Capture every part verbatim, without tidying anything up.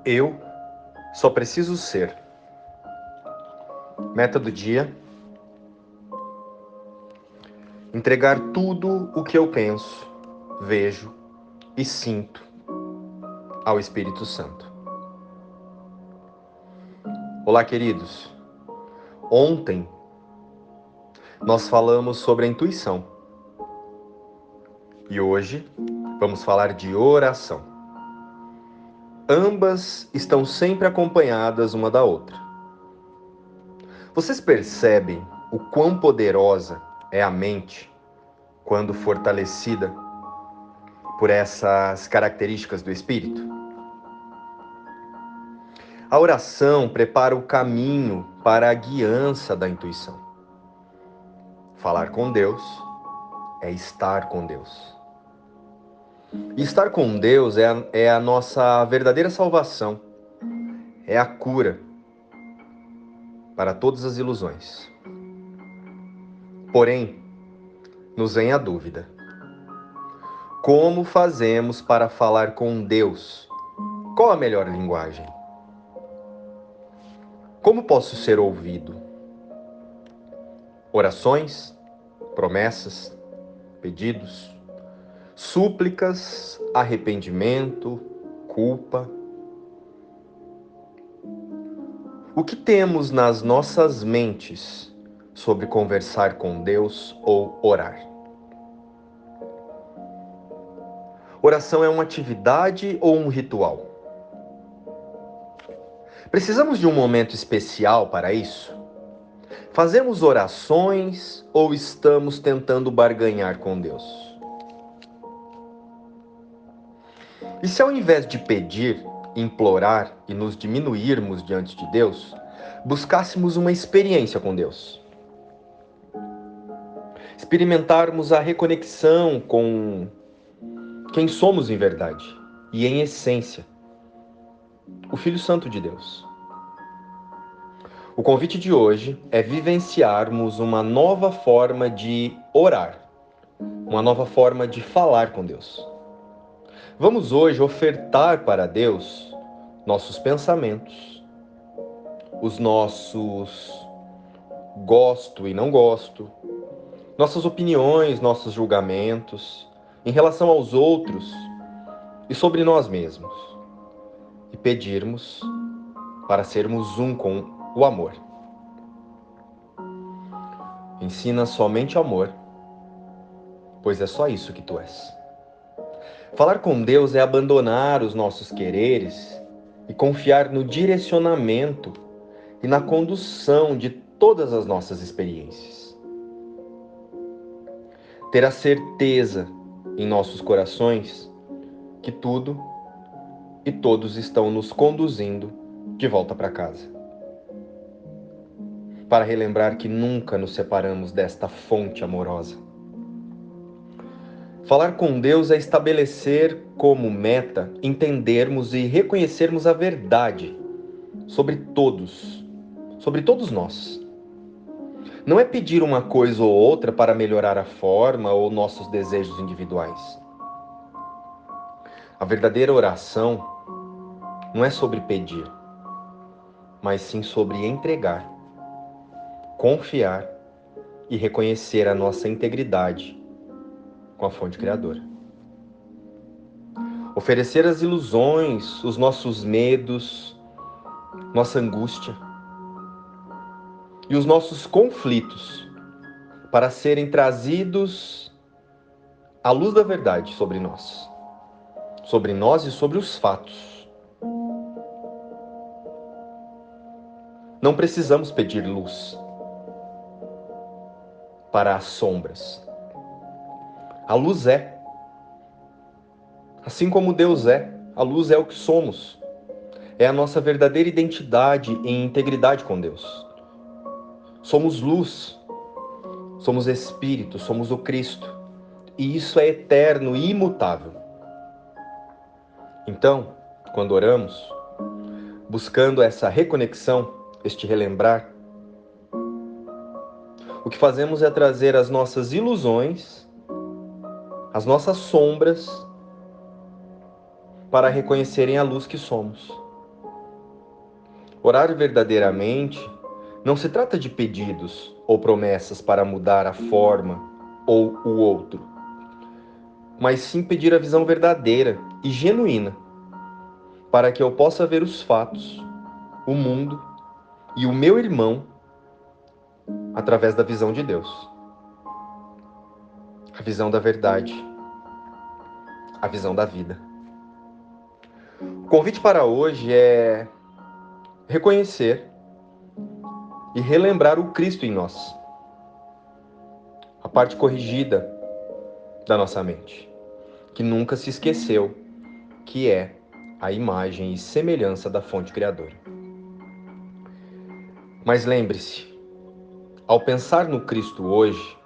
Eu só preciso ser. Meta do dia: entregar tudo o que eu penso, vejo e sinto ao Espírito Santo. Olá, queridos. Ontem nós falamos sobre a intuição e hoje vamos falar de oração. Ambas estão sempre acompanhadas uma da outra. Vocês percebem o quão poderosa é a mente quando fortalecida por essas características do espírito? A oração prepara o caminho para a guiança da intuição. Falar com Deus é estar com Deus. E estar com Deus é a, é a nossa verdadeira salvação, é a cura para todas as ilusões. Porém, nos vem a dúvida: como fazemos para falar com Deus? Qual a melhor linguagem? Como posso ser ouvido? Orações, promessas, pedidos, súplicas, arrependimento, culpa. O que temos nas nossas mentes sobre conversar com Deus ou orar? Oração é uma atividade ou um ritual? Precisamos de um momento especial para isso? Fazemos orações ou estamos tentando barganhar com Deus? E se ao invés de pedir, implorar e nos diminuirmos diante de Deus, buscássemos uma experiência com Deus? Experimentarmos a reconexão com quem somos em verdade e em essência, o Filho Santo de Deus. O convite de hoje é vivenciarmos uma nova forma de orar, uma nova forma de falar com Deus. Vamos hoje ofertar para Deus nossos pensamentos, os nossos gosto e não gosto, nossas opiniões, nossos julgamentos em relação aos outros e sobre nós mesmos, e pedirmos para sermos um com o amor. Ensina somente amor, pois é só isso que tu és. Falar com Deus é abandonar os nossos quereres e confiar no direcionamento e na condução de todas as nossas experiências. Ter a certeza em nossos corações que tudo e todos estão nos conduzindo de volta para casa. Para relembrar que nunca nos separamos desta fonte amorosa. Falar com Deus é estabelecer como meta entendermos e reconhecermos a verdade sobre todos, sobre todos nós. Não é pedir uma coisa ou outra para melhorar a forma ou nossos desejos individuais. A verdadeira oração não é sobre pedir, mas sim sobre entregar, confiar e reconhecer a nossa integridade com a fonte criadora. Oferecer as ilusões, os nossos medos, nossa angústia e os nossos conflitos para serem trazidos à luz da verdade sobre nós, sobre nós e sobre os fatos. Não precisamos pedir luz para as sombras. A luz é. Assim como Deus é, a luz é o que somos. É a nossa verdadeira identidade em integridade com Deus. Somos luz, somos Espírito, somos o Cristo. E isso é eterno e imutável. Então, quando oramos, buscando essa reconexão, este relembrar, o que fazemos é trazer as nossas ilusões, as nossas sombras, para reconhecerem a luz que somos. Orar verdadeiramente não se trata de pedidos ou promessas para mudar a forma ou o outro, mas sim pedir a visão verdadeira e genuína, para que eu possa ver os fatos, o mundo e o meu irmão através da visão de Deus. A visão da verdade, a visão da vida. O convite para hoje é reconhecer e relembrar o Cristo em nós, a parte corrigida da nossa mente, que nunca se esqueceu que é a imagem e semelhança da fonte criadora. Mas lembre-se, ao pensar no Cristo hoje,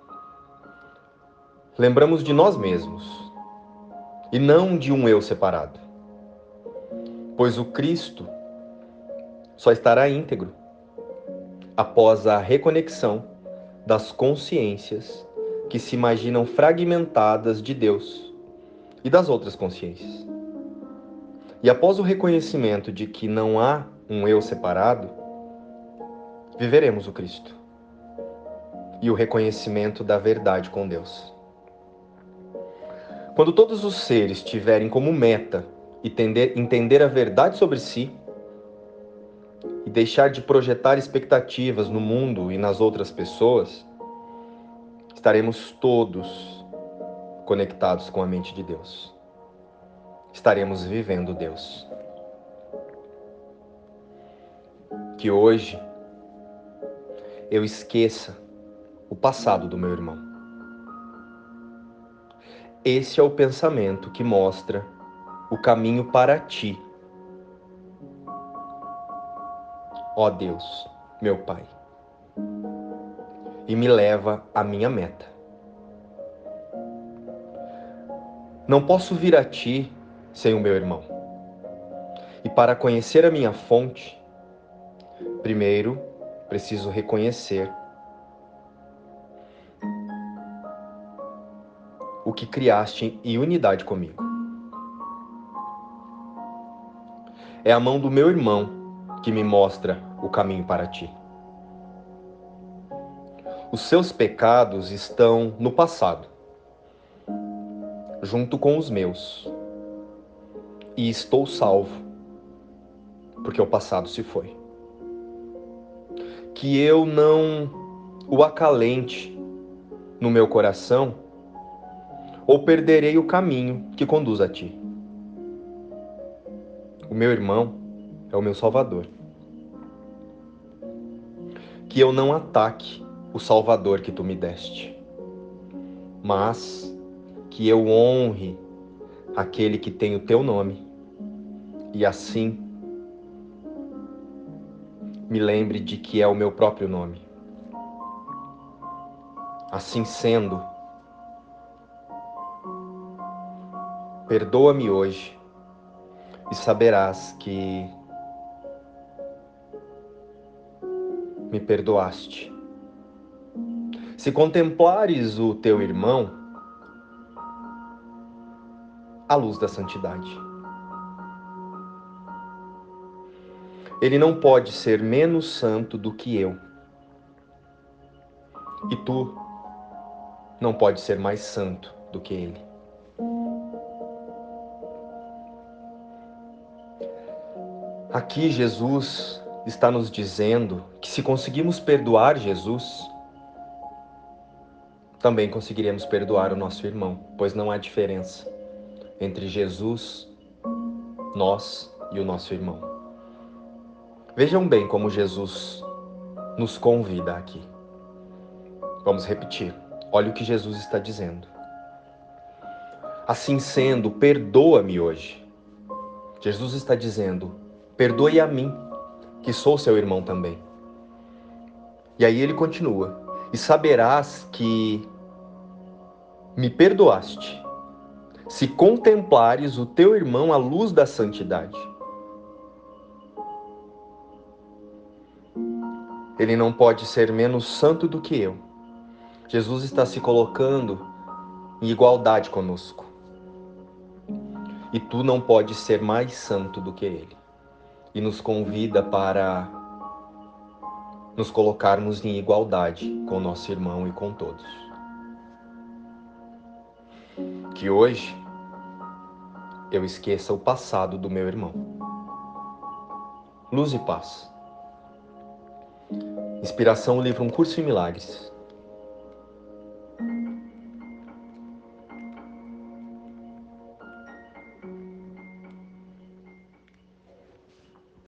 lembramos de nós mesmos e não de um eu separado, pois o Cristo só estará íntegro após a reconexão das consciências que se imaginam fragmentadas de Deus e das outras consciências. E após o reconhecimento de que não há um eu separado, viveremos o Cristo e o reconhecimento da verdade com Deus. Quando todos os seres tiverem como meta entender a verdade sobre si e deixar de projetar expectativas no mundo e nas outras pessoas, estaremos todos conectados com a mente de Deus. Estaremos vivendo Deus. Que hoje eu esqueça o passado do meu irmão. Esse é o pensamento que mostra o caminho para ti, ó Deus, meu Pai, e me leva à minha meta. Não posso vir a ti sem o meu irmão. E para conhecer a minha fonte, primeiro preciso reconhecer o que criaste em unidade comigo. É a mão do meu irmão que me mostra o caminho para ti. Os seus pecados estão no passado, junto com os meus, e estou salvo, porque o passado se foi. Que eu não o acalente no meu coração, ou perderei o caminho que conduz a ti. O meu irmão é o meu Salvador. Que eu não ataque o Salvador que tu me deste, mas que eu honre aquele que tem o teu nome, e assim me lembre de que é o meu próprio nome. Assim sendo, perdoa-me hoje e saberás que me perdoaste. Se contemplares o teu irmão à luz da santidade, ele não pode ser menos santo do que eu. E tu não pode ser mais santo do que ele. Aqui Jesus está nos dizendo que se conseguimos perdoar Jesus, também conseguiremos perdoar o nosso irmão, pois não há diferença entre Jesus, nós e o nosso irmão. Vejam bem como Jesus nos convida aqui. Vamos repetir. Olha o que Jesus está dizendo. Assim sendo, perdoa-me hoje. Jesus está dizendo, perdoe a mim, que sou seu irmão também. E aí ele continua, e saberás que me perdoaste, se contemplares o teu irmão à luz da santidade. Ele não pode ser menos santo do que eu. Jesus está se colocando em igualdade conosco. E tu não podes ser mais santo do que ele. e nos convida para nos colocarmos em igualdade com nosso irmão e com todos. Que hoje eu esqueça o passado do meu irmão. Luz e paz. Inspiração, o livro Um Curso em Milagres,